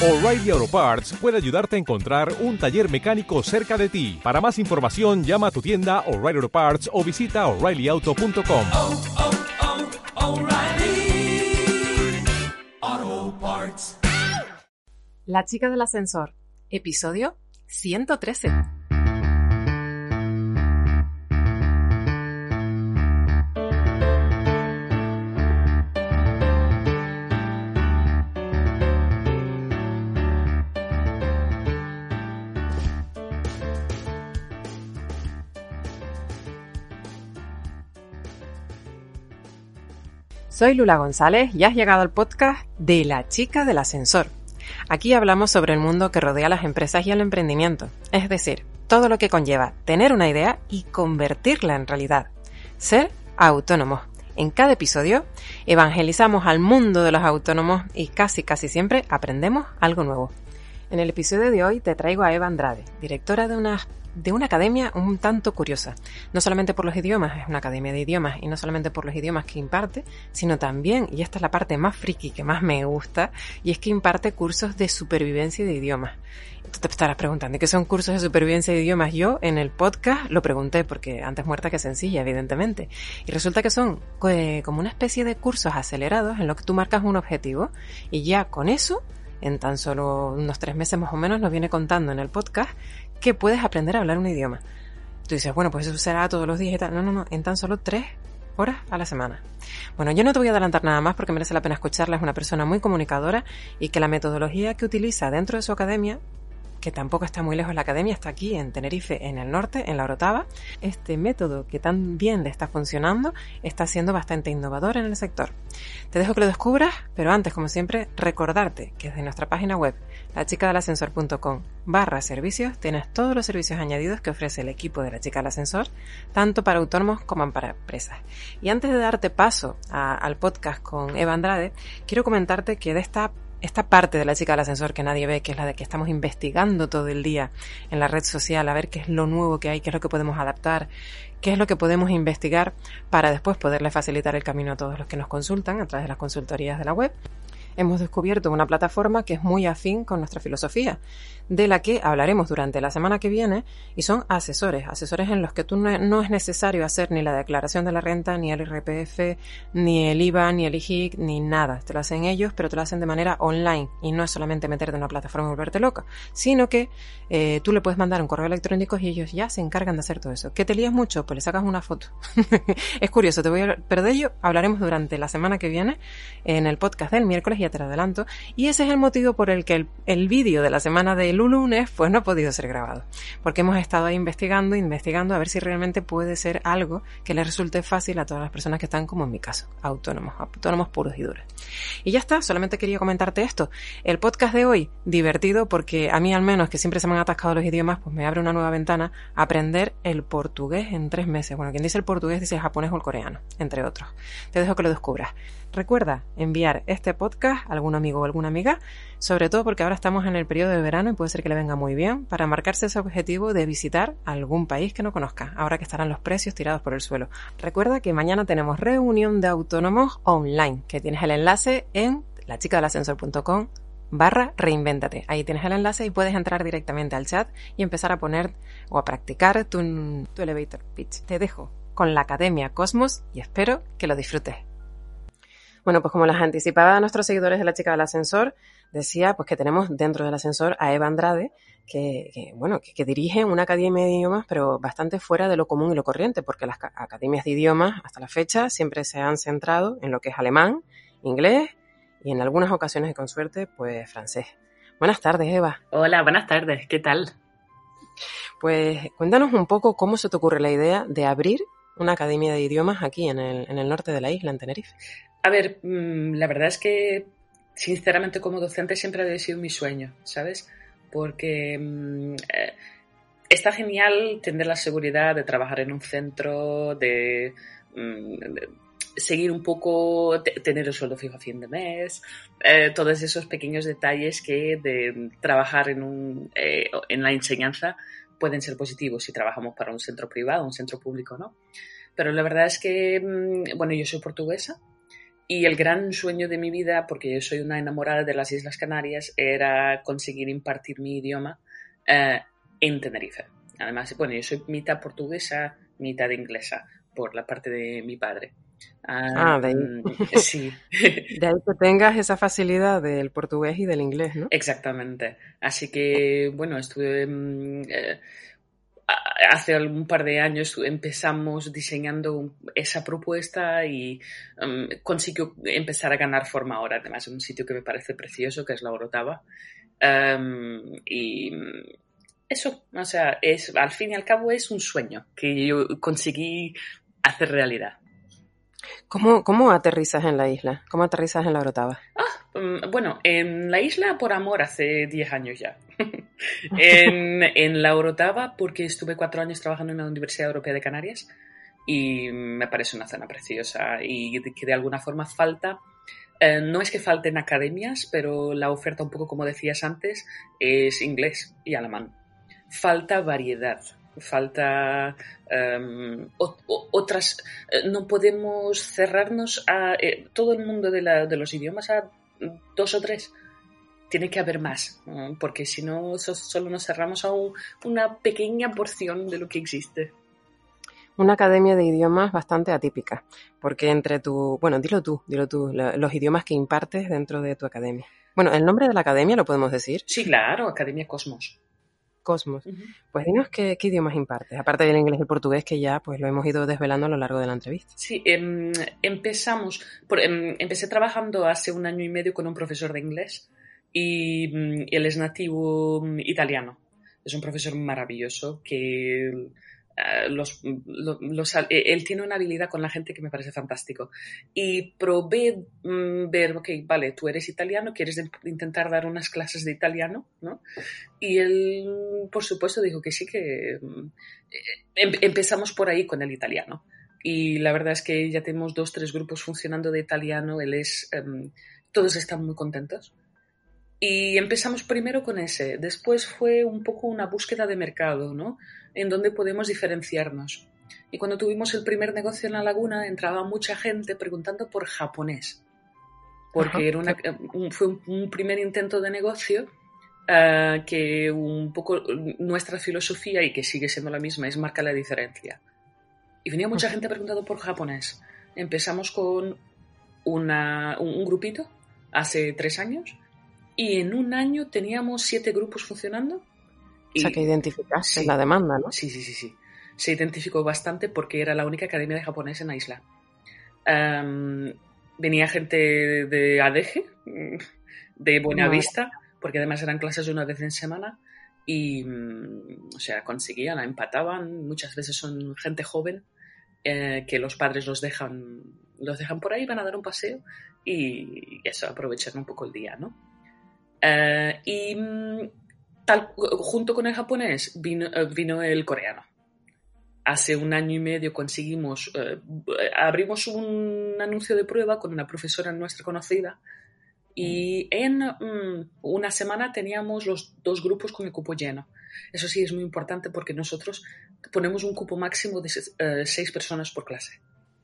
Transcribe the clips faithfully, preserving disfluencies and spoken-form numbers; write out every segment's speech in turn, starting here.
O'Reilly Auto Parts puede ayudarte a encontrar un taller mecánico cerca de ti. Para más información, llama a tu tienda O'Reilly Auto Parts o visita O'Reilly Auto punto com. Oh, oh, oh, O'Reilly Auto Parts. La chica del ascensor, episodio ciento trece. Soy Lula González y has llegado al podcast de La chica del ascensor. Aquí hablamos sobre el mundo que rodea a las empresas y el emprendimiento, es decir, todo lo que conlleva tener una idea y convertirla en realidad. Ser autónomos. En cada episodio evangelizamos al mundo de los autónomos y casi casi siempre aprendemos algo nuevo. En el episodio de hoy te traigo a Eva Andrade, directora de una, de una academia un tanto curiosa. No solamente por los idiomas, es una academia de idiomas, y no solamente por los idiomas que imparte, sino también, y esta es la parte más friki que más me gusta, y es que imparte cursos de supervivencia de idiomas. Tú te estarás preguntando, ¿qué son cursos de supervivencia de idiomas? Yo en el podcast lo pregunté porque antes muerta que sencilla, evidentemente. Y resulta que son eh, como una especie de cursos acelerados en los que tú marcas un objetivo y ya con eso, en tan solo unos tres meses más o menos, nos viene contando en el podcast que puedes aprender a hablar un idioma. Tú dices, bueno, pues eso será todos los días y tal. No, no, no, en tan solo tres horas a la semana. Bueno, yo no te voy a adelantar nada más porque merece la pena escucharla. Es una persona muy comunicadora y que la metodología que utiliza dentro de su academia, que tampoco está muy lejos, la academia está aquí en Tenerife, en el norte, en La Orotava. Este método que tan bien le está funcionando está siendo bastante innovador en el sector. Te dejo que lo descubras, pero antes, como siempre, recordarte que desde nuestra página web, lachicadelascensor.com barra servicios, tienes todos los servicios añadidos que ofrece el equipo de La Chica del Ascensor, tanto para autónomos como para empresas. Y antes de darte paso a, al podcast con Eva Andrade, quiero comentarte que de esta Esta parte de La Chica del Ascensor que nadie ve, que es la de que estamos investigando todo el día en la red social, a ver qué es lo nuevo que hay, qué es lo que podemos adaptar, qué es lo que podemos investigar para después poderle facilitar el camino a todos los que nos consultan a través de las consultorías de la web. Hemos descubierto una plataforma que es muy afín con nuestra filosofía, de la que hablaremos durante la semana que viene, y son asesores, asesores en los que tú no, no es necesario hacer ni la declaración de la renta, ni el I R P F, ni el I V A, ni el I G I C, ni nada. Te lo hacen ellos, pero te lo hacen de manera online, y no es solamente meterte en una plataforma y volverte loca, sino que eh, tú le puedes mandar un correo electrónico y ellos ya se encargan de hacer todo eso. ¿Que te lías mucho? Pues le sacas una foto. Es curioso, te voy a... pero de ello hablaremos durante la semana que viene en el podcast del miércoles, ya te lo adelanto, y ese es el motivo por el que el, el vídeo de la semana del lunes pues no ha podido ser grabado, porque hemos estado ahí investigando, investigando a ver si realmente puede ser algo que le resulte fácil a todas las personas que están, como en mi caso, autónomos, autónomos puros y duros. Y ya está, solamente quería comentarte esto. El podcast de hoy, divertido, porque a mí al menos, que siempre se me han atascado los idiomas, pues me abre una nueva ventana, aprender el portugués en tres meses. Bueno, quien dice el portugués dice el japonés o el coreano, entre otros. Te dejo que lo descubras. Recuerda enviar este podcast a algún amigo o alguna amiga, sobre todo porque ahora estamos en el periodo de verano y puede ser que le venga muy bien para marcarse ese objetivo de visitar algún país que no conozca, ahora que estarán los precios tirados por el suelo. Recuerda que mañana tenemos reunión de autónomos online, que tienes el enlace en lachicadelascensor.com barra reinvéntate. Ahí tienes el enlace y puedes entrar directamente al chat y empezar a poner o a practicar tu, tu elevator pitch. Te dejo con la Academia Cosmos y espero que lo disfrutes. Bueno, pues como les anticipaba a nuestros seguidores de La Chica del Ascensor, decía pues que tenemos dentro del ascensor a Eva Andrade, que, que bueno, que, que dirige una academia de idiomas, pero bastante fuera de lo común y lo corriente, porque las academias de idiomas hasta la fecha siempre se han centrado en lo que es alemán, inglés y en algunas ocasiones y con suerte, pues francés. Buenas tardes, Eva. Hola, buenas tardes, ¿qué tal? Pues cuéntanos un poco cómo se te ocurre la idea de abrir una academia de idiomas aquí en el, en el norte de la isla, en Tenerife. A ver, la verdad es que sinceramente como docente siempre ha sido mi sueño, ¿sabes? Porque eh, está genial tener la seguridad de trabajar en un centro, de, de seguir un poco, de, tener el sueldo fijo a fin de mes, eh, todos esos pequeños detalles que de trabajar en, un, eh, en la enseñanza pueden ser positivos si trabajamos para un centro privado, un centro público, ¿no? Pero la verdad es que, bueno, yo soy portuguesa. Y el gran sueño de mi vida, porque yo soy una enamorada de las Islas Canarias, era conseguir impartir mi idioma eh, en Tenerife. Además, bueno, yo soy mitad portuguesa, mitad inglesa, por la parte de mi padre. Ah, de ahí. Um, sí. De ahí que tengas esa facilidad del portugués y del inglés, ¿no? Exactamente. Así que, bueno, estuve... mm, eh, a- hace un par de años empezamos diseñando esa propuesta y um, consiguió empezar a ganar forma ahora. Además, es un sitio que me parece precioso, que es la Orotava. Um, y mm, eso, o sea, es, al fin y al cabo es un sueño que yo conseguí hacer realidad. ¿Cómo, cómo aterrizas en la isla? ¿Cómo aterrizas en la Orotava? Mm, Bueno, en la isla por amor hace diez años ya. en, en la Orotava porque estuve cuatro años trabajando en la Universidad Europea de Canarias y me parece una zona preciosa y de- que de alguna forma falta, eh, no es que falten academias, pero la oferta un poco como decías antes es inglés y alemán. Falta variedad, falta um, o- o- otras, eh, no podemos cerrarnos a eh, todo el mundo de, la, de los idiomas a dos o tres. Tiene que haber más, ¿no? Porque si no, so- solo nos cerramos a un- una pequeña porción de lo que existe. Una academia de idiomas bastante atípica, porque entre tu, bueno, dilo tú, dilo tú, la- los idiomas que impartes dentro de tu academia. Bueno, el nombre de la academia lo podemos decir, Sí, claro, Academia Cosmos. Cosmos. Ujú. Pues dinos qué, qué idiomas impartes, aparte del inglés y el portugués que ya pues lo hemos ido desvelando a lo largo de la entrevista. Sí, em, empezamos, por, em, empecé trabajando hace un año y medio con un profesor de inglés y mm, él es nativo mm, italiano. Es un profesor maravilloso que eh, los, lo- los- eh, él tiene una habilidad con la gente que me parece fantástico. Y probé mm, ver, ok, vale, tú eres italiano, quieres de- intentar dar unas clases de italiano, ¿no? Y él, por supuesto, dijo que sí, que mm, em- empezamos por ahí con el italiano. Y la verdad es que ya tenemos dos, tres grupos funcionando de italiano. Él es, em, todos están muy contentos. Y empezamos primero con ese. Después fue un poco una búsqueda de mercado, ¿no? En donde podemos diferenciarnos. Y cuando tuvimos el primer negocio en La Laguna, entraba mucha gente preguntando por japonés. Porque Ajá, era una, qué- un- fue un, un primer intento de negocio eh, que un poco nuestra filosofía, y que sigue siendo la misma, es marca la diferencia. Y venía mucha gente preguntando por japonés. Empezamos con una, un, un grupito hace tres años y en un año teníamos siete grupos funcionando. o sea Y que identificaste sí, la demanda, ¿no? sí, sí, sí, sí. Se identificó bastante porque era la única academia de japonés en la isla. Am, venía gente de A D G, de Buenavista, porque además eran clases una vez en semana y, mm, o sea, conseguían, la empataban. Muchas veces son gente joven eh, que los padres los dejan, los dejan por ahí, van a dar un paseo y eso, aprovechar un poco el día, ¿no? Eh, y mm, tal, junto con el japonés vino, eh, vino el coreano. Hace un año y medio conseguimos, eh, abrimos un anuncio de prueba con una profesora nuestra conocida y en mm, una semana teníamos los dos grupos con el cupo lleno. Eso sí es muy importante porque nosotros ponemos un cupo máximo de se- eh, seis personas por clase.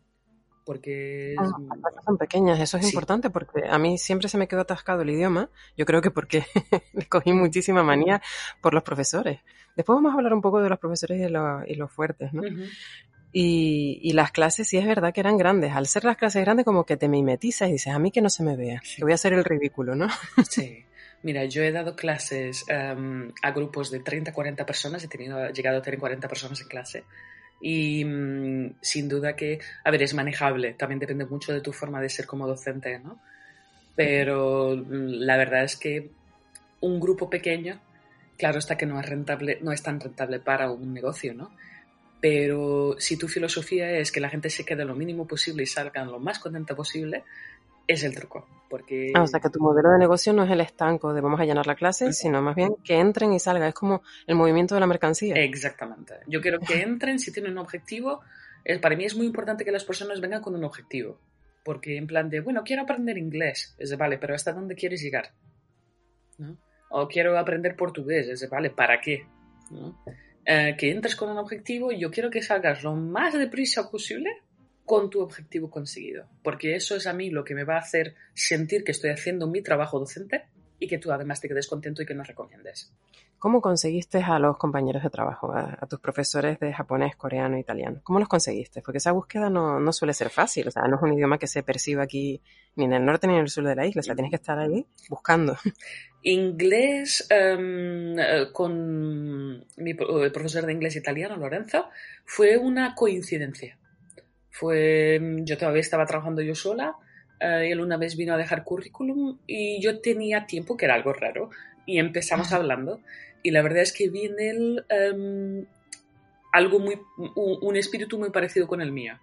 Porque Ah, es- las clases son pequeñas, eso es sí, importante porque a mí siempre se me quedó atascado el idioma. Yo creo que porque le cogí muchísima manía por los profesores. Después vamos a hablar un poco de los profesores y, lo- y los fuertes, ¿no? ujú, Y, y las clases sí es verdad que eran grandes. Al ser las clases grandes como que te mimetizas y dices, a mí que no se me vea, sí. que voy a hacer el ridículo, ¿no? Sí. Mira, yo he dado clases um, a grupos de treinta a cuarenta personas, he tenido, he llegado a tener cuarenta personas en clase y mm, sin duda que, a ver, es manejable, también depende mucho de tu forma de ser como docente, ¿no? Pero mm, la verdad es que un grupo pequeño, claro está que no es rentable, no es tan rentable para un negocio, ¿no? Pero si tu filosofía es que la gente se quede lo mínimo posible y salga lo más contenta posible, es el truco, porque... Ah, o sea que tu modelo de negocio no es el estanco de vamos a llenar la clase, sino más bien que entren y salgan. Es como el movimiento de la mercancía. Exactamente. Yo quiero que entren si tienen un objetivo. Eh, Para mí es muy importante que las personas vengan con un objetivo. Porque en plan de, bueno, quiero aprender inglés. Es de, vale, pero ¿hasta dónde quieres llegar? ¿No? O quiero aprender portugués. Es de, vale, ¿para qué? ¿No? Eh, que entres con un objetivo y yo quiero que salgas lo más deprisa posible con tu objetivo conseguido, porque eso es a mí lo que me va a hacer sentir que estoy haciendo mi trabajo docente y que tú además te quedes contento y que nos recomiendes. ¿Cómo conseguiste a los compañeros de trabajo, a, a tus profesores de japonés, coreano e italiano? ¿Cómo los conseguiste? Porque esa búsqueda no, no suele ser fácil, o sea, no es un idioma que se perciba aquí ni en el norte ni en el sur de la isla, o sea, tienes que estar ahí buscando. Inglés, um, con mi el profesor de inglés italiano, Lorenzo, fue una coincidencia. Fue, yo todavía estaba trabajando yo sola, uh, él una vez vino a dejar currículum y yo tenía tiempo, que era algo raro, y empezamos hablando. Y la verdad es que vi en él um, algo muy, un, un espíritu muy parecido con el mío.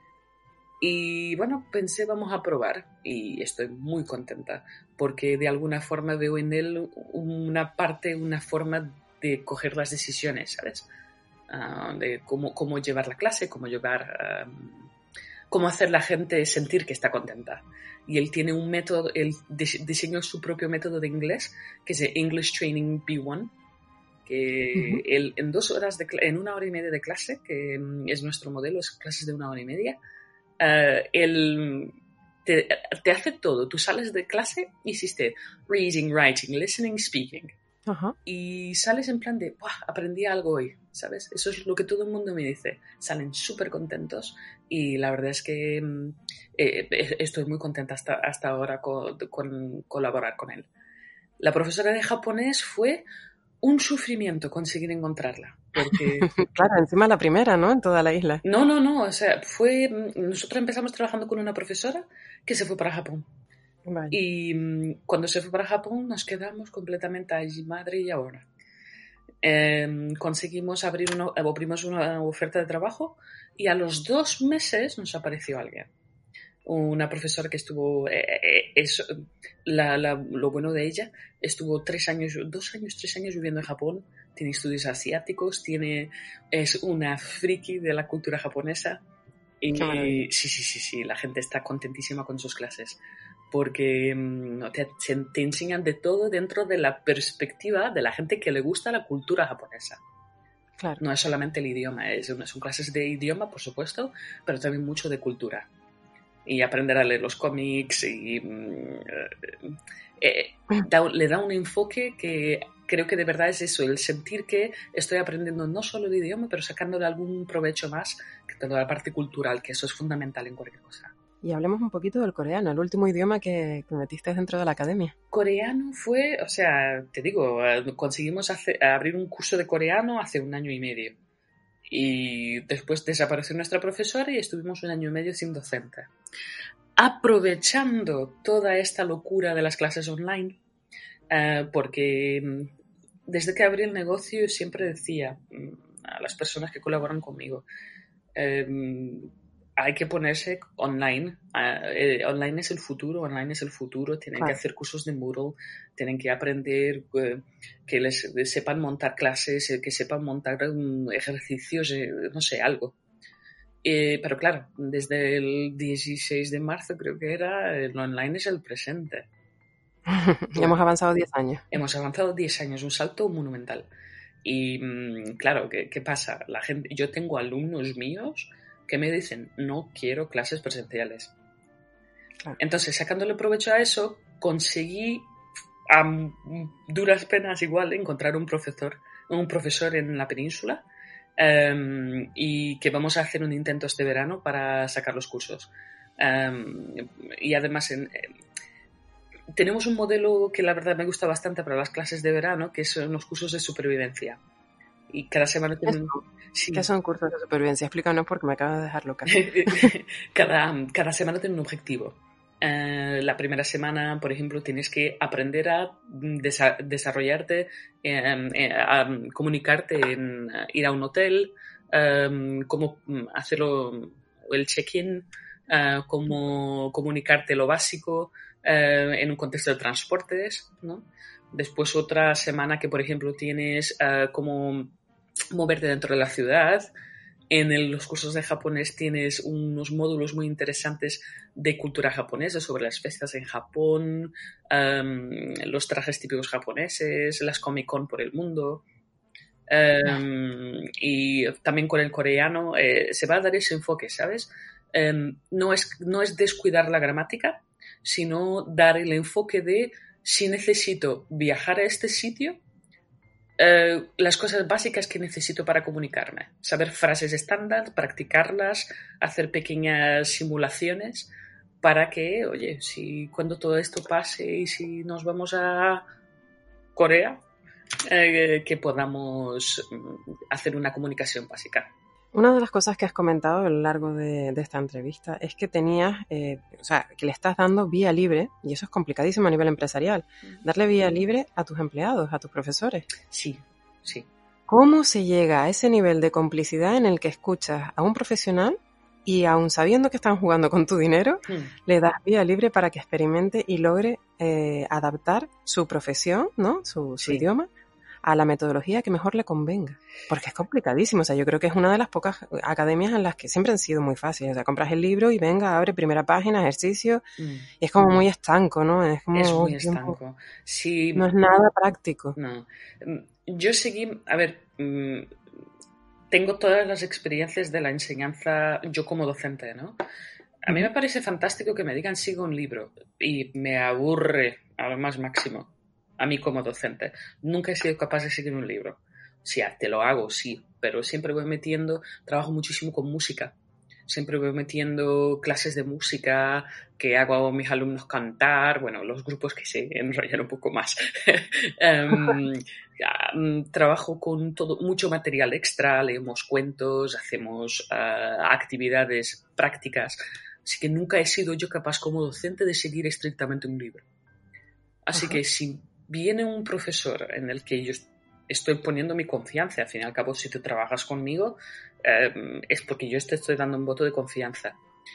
Y bueno, pensé, vamos a probar. Y estoy muy contenta, porque de alguna forma veo en él una parte, una forma de coger las decisiones, ¿sabes? Uh, de cómo, cómo llevar la clase, cómo llevar... Um, cómo hacer la gente sentir que está contenta. Y él tiene un método, él diseñó su propio método de inglés, que es el English Training B uno, que uh-huh. él en dos horas, de, en una hora y media de clase, que es nuestro modelo, es clases de una hora y media, uh, él te, te hace todo. Tú sales de clase y hiciste reading, writing, listening, speaking. Uh-huh. Y sales en plan de, ¡buah! Aprendí algo hoy, ¿sabes? Eso es lo que todo el mundo me dice. Salen súper contentos y la verdad es que eh, estoy muy contenta hasta, hasta ahora con, con colaborar con él. La profesora de japonés fue un sufrimiento conseguir encontrarla. Porque... Claro, encima la primera, ¿no? En toda la isla. No, no, no. O sea, fue... Nosotros empezamos trabajando con una profesora que se fue para Japón. Vale. Y um, cuando se fue para Japón nos quedamos completamente allí, madre y ahora. Eh, conseguimos abrir una, abrimos una oferta de trabajo y a los dos meses nos apareció alguien. Una profesora que estuvo, eh, eh, es, la, la, lo bueno de ella, estuvo tres años, dos años, tres años viviendo en Japón, tiene estudios asiáticos, tiene, es una friki de la cultura japonesa. Y sí, sí, sí, sí, la gente está contentísima con sus clases. Porque te, te enseñan de todo dentro de la perspectiva de la gente que le gusta la cultura japonesa. Claro. No es solamente el idioma, es, son clases de idioma, por supuesto, pero también mucho de cultura. Y aprender a leer los cómics y eh, eh, da, le da un enfoque que creo que de verdad es eso, el sentir que estoy aprendiendo no solo el idioma, pero sacándole algún provecho más que toda la parte cultural, que eso es fundamental en cualquier cosa. Y hablemos un poquito del coreano, el último idioma que, que metiste dentro de la academia. Coreano fue, o sea, te digo, conseguimos hacer, abrir un curso de coreano hace un año y medio. Y después desapareció nuestra profesora y estuvimos un año y medio sin docente. Aprovechando toda esta locura de las clases online, eh, porque desde que abrí el negocio siempre decía a las personas que colaboran conmigo, eh, hay que ponerse online. Uh, online es el futuro, online es el futuro. Tienen claro. que hacer cursos de Moodle, tienen que aprender, uh, que les sepan montar clases, que sepan montar um, ejercicios, eh, no sé, algo. Eh, pero claro, desde el dieciséis de marzo creo que era, el online es el presente. Hemos avanzado diez años. Hemos avanzado diez años, un salto monumental. Y um, claro, ¿qué, qué pasa? La gente, yo tengo alumnos míos que me dicen, no quiero clases presenciales. Claro. Entonces, sacándole provecho a eso, conseguí a duras penas igual encontrar un profesor, un profesor en la península um, y que vamos a hacer un intento este verano para sacar los cursos. Um, y además, en, en, tenemos un modelo que la verdad me gusta bastante para las clases de verano, que son los cursos de supervivencia. Y cada semana tienen... Sí. ¿Qué son cursos de supervivencia? Explícanos porque me acabo de dejar loca. cada, cada semana tiene un objetivo. Uh, la primera semana, por ejemplo, tienes que aprender a desa- desarrollarte, eh, eh, a comunicarte, en uh, ir a un hotel, um, cómo hacerlo, el check-in, uh, cómo comunicarte lo básico uh, en un contexto de transportes, ¿no? Después otra semana que, por ejemplo, tienes uh, cómo moverte dentro de la ciudad. En el, los cursos de japonés tienes unos módulos muy interesantes de cultura japonesa sobre las fiestas en Japón, um, los trajes típicos japoneses, las Comic Con por el mundo. Um, y también con el coreano eh, se va a dar ese enfoque, ¿sabes? eh, no, es, no es descuidar la gramática, sino dar el enfoque de si necesito viajar a este sitio, eh, las cosas básicas que necesito para comunicarme. Saber frases estándar, practicarlas, hacer pequeñas simulaciones para que, oye, si cuando todo esto pase y si nos vamos a Corea, eh, que podamos hacer una comunicación básica. Una de las cosas que has comentado a lo largo de, de esta entrevista es que tenías, eh, o sea, que le estás dando vía libre, y eso es complicadísimo a nivel empresarial, darle vía libre a tus empleados, a tus profesores. Sí, sí. ¿Cómo se llega a ese nivel de complicidad en el que escuchas a un profesional y aun sabiendo que están jugando con tu dinero, Mm. le das vía libre para que experimente y logre eh, adaptar su profesión, ¿no? Su, su Sí. idioma, a la metodología que mejor le convenga? Porque es complicadísimo. O sea, yo creo que es una de las pocas academias en las que siempre han sido muy fáciles. O sea, compras el libro y venga, abre primera página, ejercicio, Mm. y es como muy estanco, ¿no? Es como Es muy uy, tiempo. estanco. Sí, No es nada práctico. no. Mm, Yo seguí, a ver, mm, tengo todas las experiencias de la enseñanza yo como docente, ¿no? A mí me parece fantástico que me digan siga un libro y me aburre a lo más máximo a mí como docente. Nunca he sido capaz de seguir un libro. O sea, te lo hago, sí, pero siempre voy metiendo, trabajo muchísimo con música. Siempre voy metiendo clases de música que hago a mis alumnos cantar, bueno, los grupos que se enrollan un poco más. um, um, trabajo con todo, mucho material extra, leemos cuentos, hacemos uh, actividades prácticas. Así que nunca he sido yo capaz como docente de seguir estrictamente un libro. Así Ajá. que si viene un profesor en el que yo estoy poniendo mi confianza, al fin y al cabo si tú trabajas conmigo eh, es porque yo te estoy dando un voto de confianza.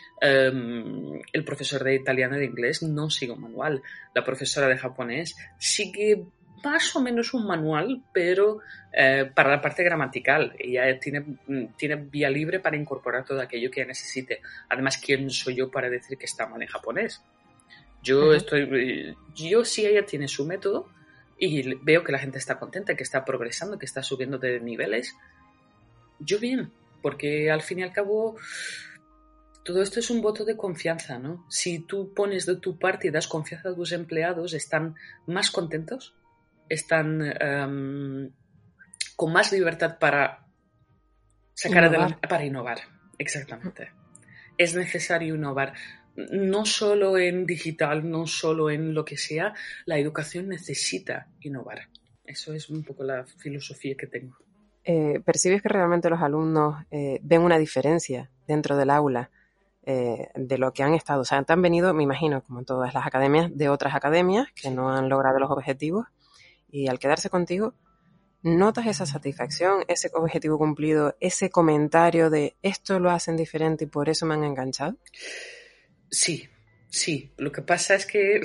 Um, el profesor de italiano y de inglés no sigue un manual. La profesora de japonés sigue más o menos un manual, pero eh, para la parte gramatical. Ella tiene, tiene vía libre para incorporar todo aquello que necesite. Además, ¿quién soy yo para decir que está mal en japonés? Yo, uh-huh. estoy, yo sí, ella tiene su método y veo que la gente está contenta, que está progresando, que está subiendo de niveles. Yo bien, porque al fin y al cabo todo esto es un voto de confianza, ¿no? Si tú pones de tu parte y das confianza a tus empleados, están más contentos, están um, con más libertad para sacar innovar. adelante, para innovar, exactamente. Es necesario innovar. No solo en digital, no solo en lo que sea, la educación necesita innovar. Eso es un poco la filosofía que tengo. Eh, ¿Percibes que realmente los alumnos eh, ven una diferencia dentro del aula eh, de lo que han estado? O sea, te han venido, me imagino, como en todas las academias, de otras academias que no han logrado los objetivos y al quedarse contigo, ¿notas esa satisfacción, ese objetivo cumplido, ese comentario de esto lo hacen diferente y por eso me han enganchado? Sí, sí. Lo que pasa es que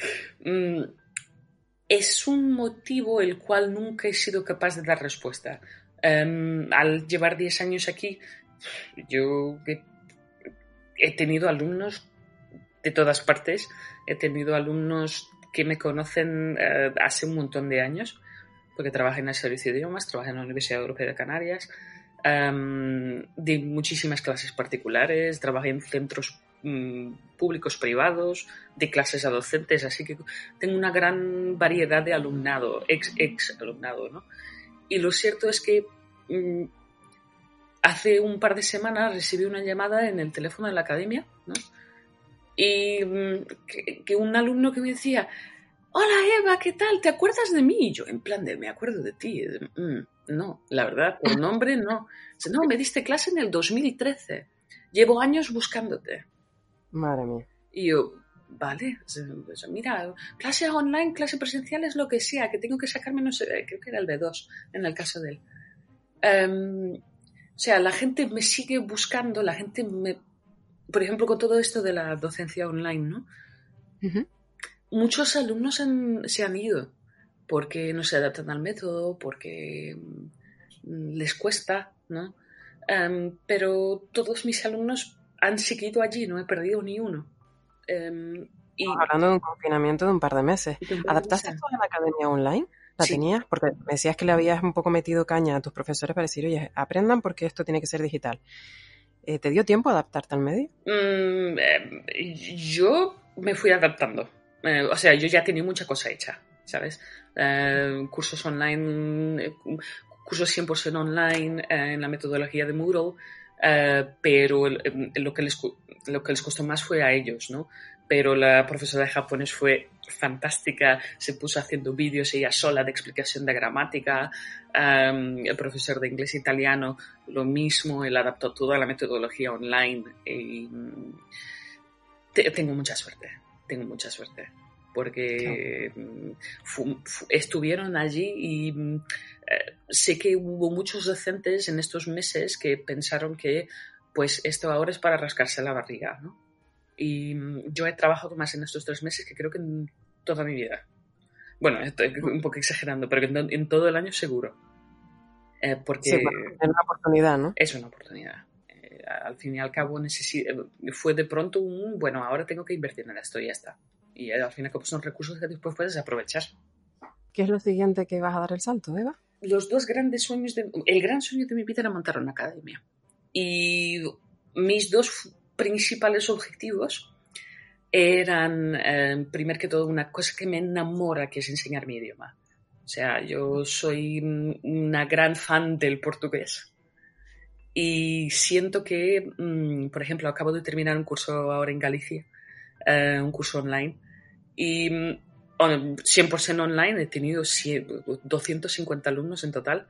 es un motivo el cual nunca he sido capaz de dar respuesta. Um, al llevar diez años aquí, yo he, he tenido alumnos de todas partes. He tenido alumnos que me conocen uh, hace un montón de años, porque trabajé en el Servicio de Idiomas, trabajé en la Universidad Europea de Canarias, um, di muchísimas clases particulares, trabajé en centros públicos, privados, de clases a docentes, así que tengo una gran variedad de alumnado, ex, ex alumnado, ¿no? Y lo cierto es que mmm, hace un par de semanas recibí una llamada en el teléfono de la academia, ¿no? Y mmm, que, que un alumno que me decía: hola Eva, ¿qué tal? ¿Te acuerdas de mí? Y yo, en plan de, me acuerdo de ti. Mm, no, la verdad, por nombre no. Dice, no, me diste clase en el dos mil trece. Llevo años buscándote. Madre mía. Y yo, vale, mira, clase online, clase presencial es lo que sea, que tengo que sacarme, no sé, creo que era el B dos en el caso de él. Um, o sea, la gente me sigue buscando, la gente me... Por ejemplo, con todo esto de la docencia online, ¿no? Uh-huh. Muchos alumnos han, se han ido porque no se adaptan al método, porque les cuesta, ¿no? Um, pero todos mis alumnos han seguido allí, no he perdido ni uno. Um, y Hablando de un confinamiento de un par de meses. ¿Adaptaste esto a la academia online? ¿La sí. tenías? Porque me decías que le habías un poco metido caña a tus profesores para decir, oye, aprendan porque esto tiene que ser digital. Eh, ¿Te dio tiempo a adaptarte al medio? Mm, eh, yo me fui adaptando. Eh, o sea, yo ya tenía mucha cosa hecha, ¿sabes? Eh, cursos online, eh, cursos cien por ciento online eh, en la metodología de Moodle, eh, pero el, el, lo, que les, lo que les costó más fue a ellos, ¿no? Pero la profesora de japonés fue fantástica, se puso haciendo vídeos ella sola de explicación de gramática, um, el profesor de inglés e italiano lo mismo, él adaptó toda la metodología online y te, tengo mucha suerte, tengo mucha suerte, porque oh. fu, fu, estuvieron allí y eh, sé que hubo muchos docentes en estos meses que pensaron que pues esto ahora es para rascarse la barriga, ¿no? Y yo he trabajado más en estos tres meses que creo que en toda mi vida. Bueno, estoy un poco exagerando, pero en, en todo el año seguro. Eh, porque sí, bueno, es una oportunidad, ¿no? Es una oportunidad. Eh, al fin y al cabo necesito, fue de pronto un, bueno, ahora tengo que invertir en esto y ya está. Y al fin y al cabo son recursos que después puedes aprovechar. ¿Qué es lo siguiente que vas a dar el salto, Eva? Los dos grandes sueños, de, el gran sueño de mi vida era montar una academia. Y mis dos principales objetivos eran, eh, primero que todo, una cosa que me enamora, que es enseñar mi idioma. O sea, yo soy una gran fan del portugués y siento que, mmm, por ejemplo, acabo de terminar un curso ahora en Galicia, eh, un curso online, y um, cien por ciento online, he tenido doscientos cincuenta alumnos en total,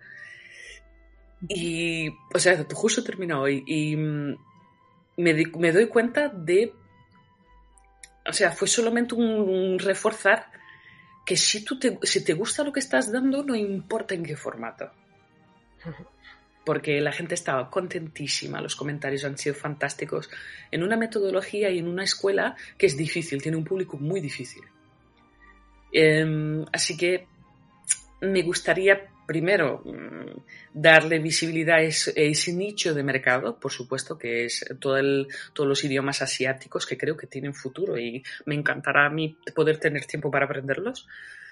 y, o sea, justo terminó hoy, y Me, di, me doy cuenta de, o sea, fue solamente un, un reforzar que si, tú te, si te gusta lo que estás dando, no importa en qué formato. Porque la gente estaba contentísima, los comentarios han sido fantásticos, en una metodología y en una escuela que es difícil, tiene un público muy difícil. Eh, así que me gustaría primero darle visibilidad a ese, a ese nicho de mercado, por supuesto, que es todo el, todos los idiomas asiáticos, que creo que tienen futuro y me encantará a mí poder tener tiempo para aprenderlos.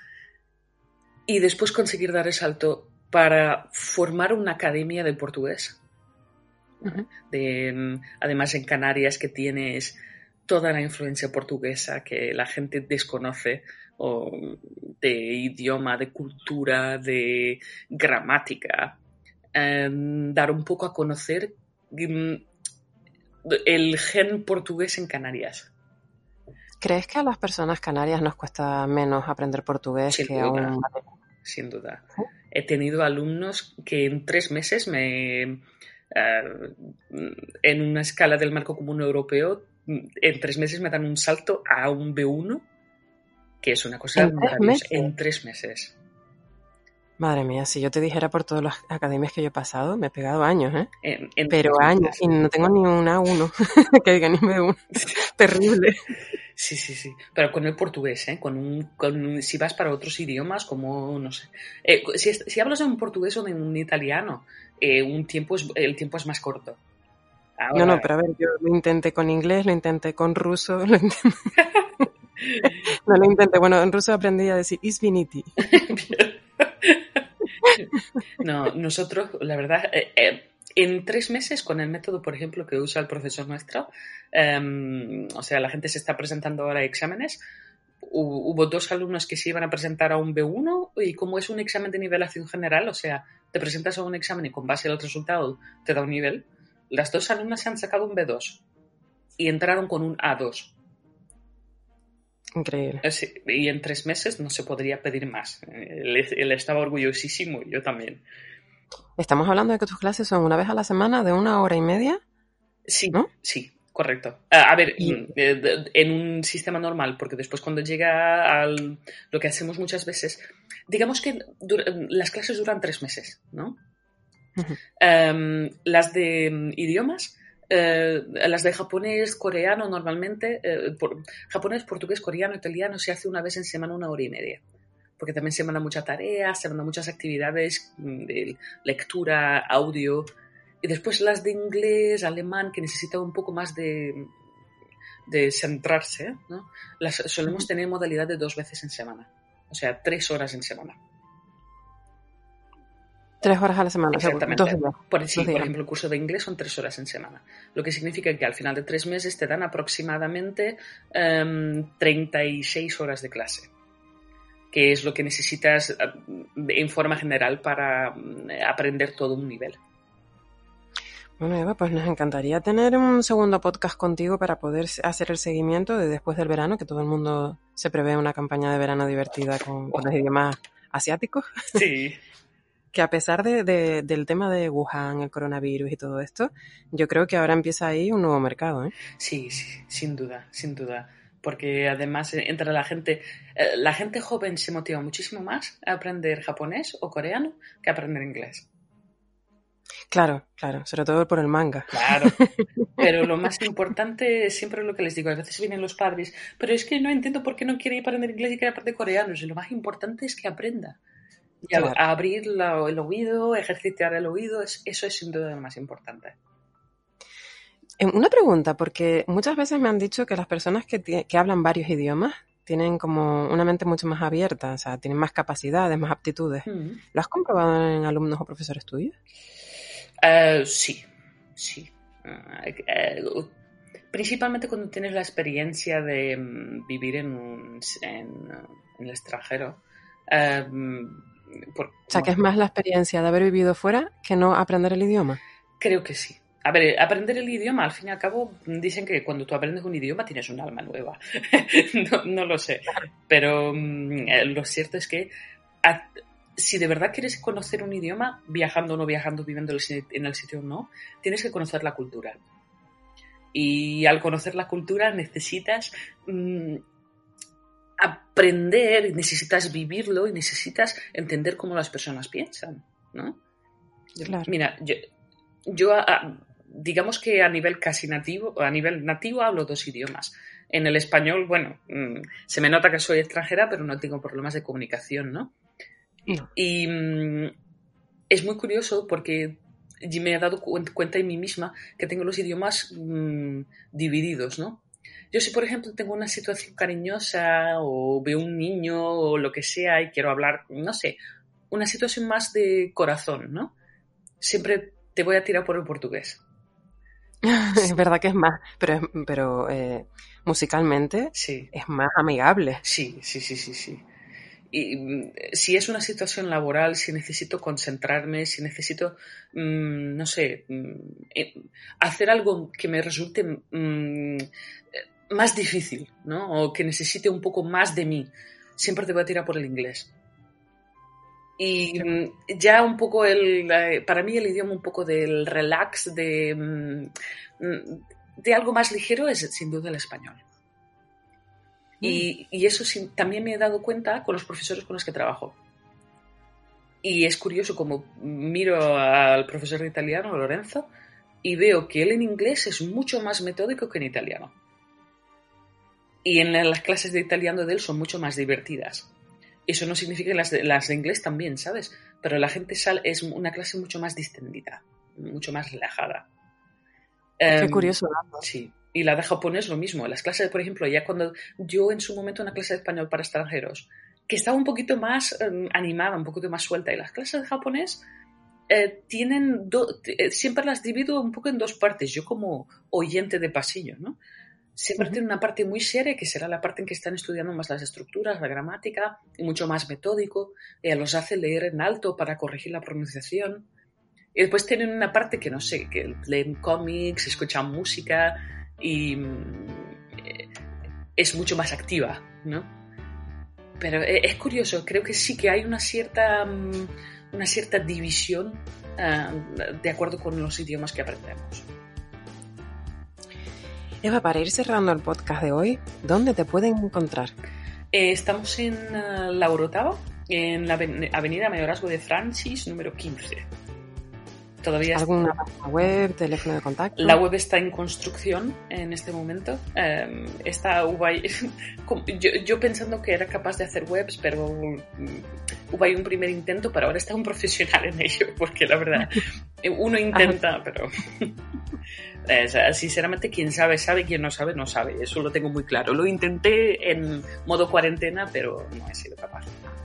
Y después conseguir dar el salto para formar una academia de portugués. Uh-huh. De, además, en Canarias, que tienes toda la influencia portuguesa que la gente desconoce, o de idioma, de cultura, de gramática, um, dar un poco a conocer um, el gen portugués en Canarias. ¿Crees que a las personas canarias nos cuesta menos aprender portugués sin que duda, a un... Sin duda. ¿Sí? He tenido alumnos que en tres meses me, uh, en una escala del marco común europeo, en tres meses me dan un salto a un B uno, que es una cosa maravillosa. En tres meses. Madre mía, si yo te dijera por todas las academias que yo he pasado, me he pegado años, ¿eh? En, en Pero años, y no tengo ni un A uno, que diga ni un B uno. Terrible. Sí, sí, sí. Pero con el portugués, ¿eh? Con un, con, si vas para otros idiomas, como, no sé. Eh, si, si hablas de un portugués o de un italiano, eh, un tiempo es, el tiempo es más corto. Ahora... No, no, pero a ver, yo lo intenté con inglés, lo intenté con ruso, lo intenté... No lo intenté. Bueno, en ruso aprendí a decir Izviniti. No, nosotros, la verdad, eh, eh, en tres meses con el método, por ejemplo, que usa el profesor nuestro, eh, o sea, la gente se está presentando ahora exámenes. Hubo, hubo dos alumnos que se iban a presentar a un B uno y como es un examen de nivelación general, o sea, te presentas a un examen y con base al resultado te da un nivel, las dos alumnas se han sacado un B dos y entraron con un A dos. Increíble. Sí, y en tres meses no se podría pedir más. Él, él estaba orgullosísimo, yo también. Estamos hablando de que tus clases son una vez a la semana, de una hora y media. Sí, ¿no? Sí, correcto. A, a ver, y... en un sistema normal, porque después cuando llega al lo que hacemos muchas veces, digamos que dura, las clases duran tres meses, ¿no? Uh-huh. Um, las de um, idiomas... Eh, las de japonés, coreano normalmente, eh, por, japonés, portugués, coreano, italiano se hace una vez en semana, una hora y media, porque también se manda mucha tarea, se mandan muchas actividades de lectura, audio, y después las de inglés, alemán, que necesitan un poco más de, de centrarse, ¿no? Las solemos tener modalidad de dos veces en semana, o sea, tres horas en semana. Tres horas a la semana. Exactamente. O sea, dos días. Por, sí, dos días. por ejemplo, el curso de inglés son tres horas en semana. Lo que significa que al final de tres meses te dan aproximadamente um, treinta y seis horas de clase, que es lo que necesitas en forma general para aprender todo un nivel. Bueno, Eva, pues nos encantaría tener un segundo podcast contigo para poder hacer el seguimiento de después del verano, que todo el mundo se prevé una campaña de verano divertida con, con los idiomas asiáticos. Sí. Que a pesar de, de, del tema de Wuhan, el coronavirus y todo esto, yo creo que ahora empieza ahí un nuevo mercado, ¿eh? Sí, sí, sin duda, sin duda. Porque además entre la gente, eh, la gente joven se motiva muchísimo más a aprender japonés o coreano que a aprender inglés. Claro, claro, sobre todo por el manga. Claro, pero lo más importante es siempre lo que les digo, a veces vienen los padres, pero es que no entiendo por qué no quiere aprender inglés y quiere aprender coreano, y lo más importante es que aprenda. Y claro. a, a abrir la, el oído, ejercitar el oído, es, eso es sin duda lo más importante. Una pregunta, porque muchas veces me han dicho que las personas que, t- que hablan varios idiomas tienen como una mente mucho más abierta, o sea, tienen más capacidades, más aptitudes. Mm. ¿Lo has comprobado en alumnos o profesores tuyos? Uh, sí, sí. Uh, uh, principalmente cuando tienes la experiencia de um, vivir en, un, en, uh, en el extranjero. Uh, por, o sea, que es más la experiencia de haber vivido fuera que no aprender el idioma. Creo que sí. A ver, aprender el idioma, al fin y al cabo, dicen que cuando tú aprendes un idioma tienes un alma nueva. no, no lo sé. Pero um, lo cierto es que a, si de verdad quieres conocer un idioma, viajando o no viajando, viviendo en el sitio o no, tienes que conocer la cultura. Y al conocer la cultura necesitas mmm, aprender, necesitas vivirlo y necesitas entender cómo las personas piensan, ¿no? Claro. Mira, yo, yo a, digamos que a nivel casi nativo, a nivel nativo hablo dos idiomas. En el español, bueno, mmm, se me nota que soy extranjera, pero no tengo problemas de comunicación, ¿no? No. Y mmm, es muy curioso porque me he dado cu- cuenta en mí misma que tengo los idiomas mmm, divididos, ¿no? Yo si, por ejemplo, tengo una situación cariñosa o veo un niño o lo que sea y quiero hablar, no sé, una situación más de corazón, ¿no? Siempre te voy a tirar por el portugués. Es verdad que es más, pero, pero eh, musicalmente sí. es más amigable. Sí, sí, sí, sí, sí. Y si es una situación laboral, si necesito concentrarme, si necesito, mmm, no sé, mmm, hacer algo que me resulte mmm, más difícil, ¿no? O que necesite un poco más de mí, siempre te voy a tirar por el inglés. Y mmm, ya un poco, el, para mí el idioma un poco del relax, de, mmm, de algo más ligero es sin duda el español. Y, y eso sí, también me he dado cuenta con los profesores con los que trabajo. Y es curioso como miro al profesor de italiano, Lorenzo, y veo que él en inglés es mucho más metódico que en italiano. Y en las clases de italiano de él son mucho más divertidas. Eso no significa que las de, las de inglés también, ¿sabes? Pero la gente sale, es una clase mucho más distendida, mucho más relajada. Qué um, curioso, ¿no? Sí. Y la de japonés lo mismo. Las clases, por ejemplo, ya cuando yo en su momento una clase de español para extranjeros, que estaba un poquito más um, animada, un poquito más suelta, y las clases de japonés eh, tienen, do, eh, siempre las divido un poco en dos partes, yo como oyente de pasillo, ¿no? Siempre uh-huh. tiene una parte muy seria, que será la parte en que están estudiando más las estructuras, la gramática, y mucho más metódico, y los hace leer en alto para corregir la pronunciación. Y después tienen una parte que no sé, que leen cómics, escuchan música, y eh, es mucho más activa, ¿no? Pero eh, es curioso, creo que sí que hay una cierta um, una cierta división uh, de acuerdo con los idiomas que aprendemos. Eva, para ir cerrando el podcast de hoy, ¿dónde te pueden encontrar? Eh, estamos en uh, La Orotava, en la avenida Mayorazgo de Francis, número quince. Todavía ¿Alguna página web, teléfono de contacto? La web está en construcción en este momento. Um, está hubo ahí, yo, yo pensando que era capaz de hacer webs, pero um, hubo ahí un primer intento, pero ahora está un profesional en ello, porque la verdad, uno intenta, pero eh, sinceramente quien sabe, sabe, quien no sabe, no sabe. Eso lo tengo muy claro. Lo intenté en modo cuarentena, pero no he sido capaz.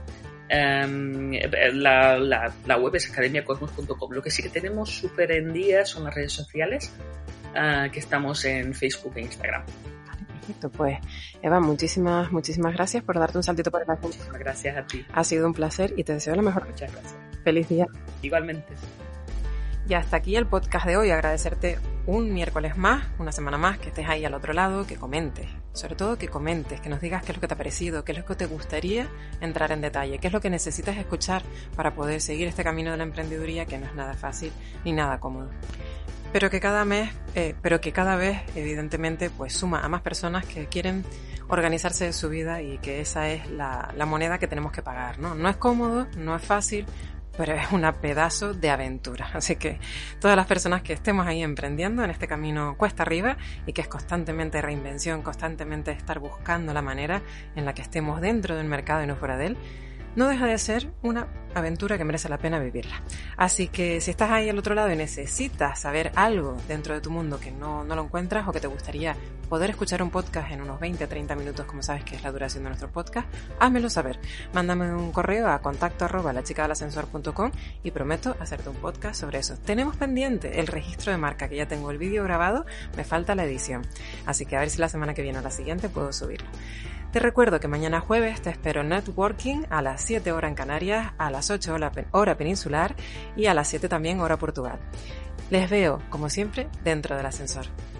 Um, la, la, la web es academia cosmos punto com. Lo que sí que tenemos súper en día son las redes sociales, uh, que estamos en Facebook e Instagram. Perfecto, pues Eva, muchísimas, muchísimas gracias por darte un saltito por el ascensor. Muchísimas gracias a ti. Ha sido un placer y te deseo lo mejor. Muchas gracias. Feliz día. Igualmente. Y hasta aquí el podcast de hoy. Agradecerte un miércoles más, una semana más, que estés ahí al otro lado, que comentes. Sobre todo que comentes, que nos digas qué es lo que te ha parecido, qué es lo que te gustaría entrar en detalle, qué es lo que necesitas escuchar para poder seguir este camino de la emprendeduría, que no es nada fácil ni nada cómodo. Pero que cada mes, eh, pero que cada vez, evidentemente, pues suma a más personas que quieren organizarse de su vida, y que esa es la, la moneda que tenemos que pagar, ¿no? No es cómodo, no es fácil, pero es un pedazo de aventura. Así que todas las personas que estemos ahí emprendiendo en este camino cuesta arriba, y que es constantemente reinvención, constantemente estar buscando la manera en la que estemos dentro del mercado y no fuera de él, no deja de ser una aventura que merece la pena vivirla. Así que si estás ahí al otro lado y necesitas saber algo dentro de tu mundo que no, no lo encuentras, o que te gustaría poder escuchar un podcast en unos veinte a treinta minutos, como sabes que es la duración de nuestro podcast, házmelo saber. Mándame un correo a contacto arroba la chica del ascensor punto com y prometo hacerte un podcast sobre eso. Tenemos pendiente el registro de marca, que ya tengo el vídeo grabado, me falta la edición. Así que a ver si la semana que viene o la siguiente puedo subirlo. Te recuerdo que mañana jueves te espero en Networking a las siete horas en Canarias, a las ocho hora peninsular y a las siete también hora Portugal. Les veo, como siempre, dentro del ascensor.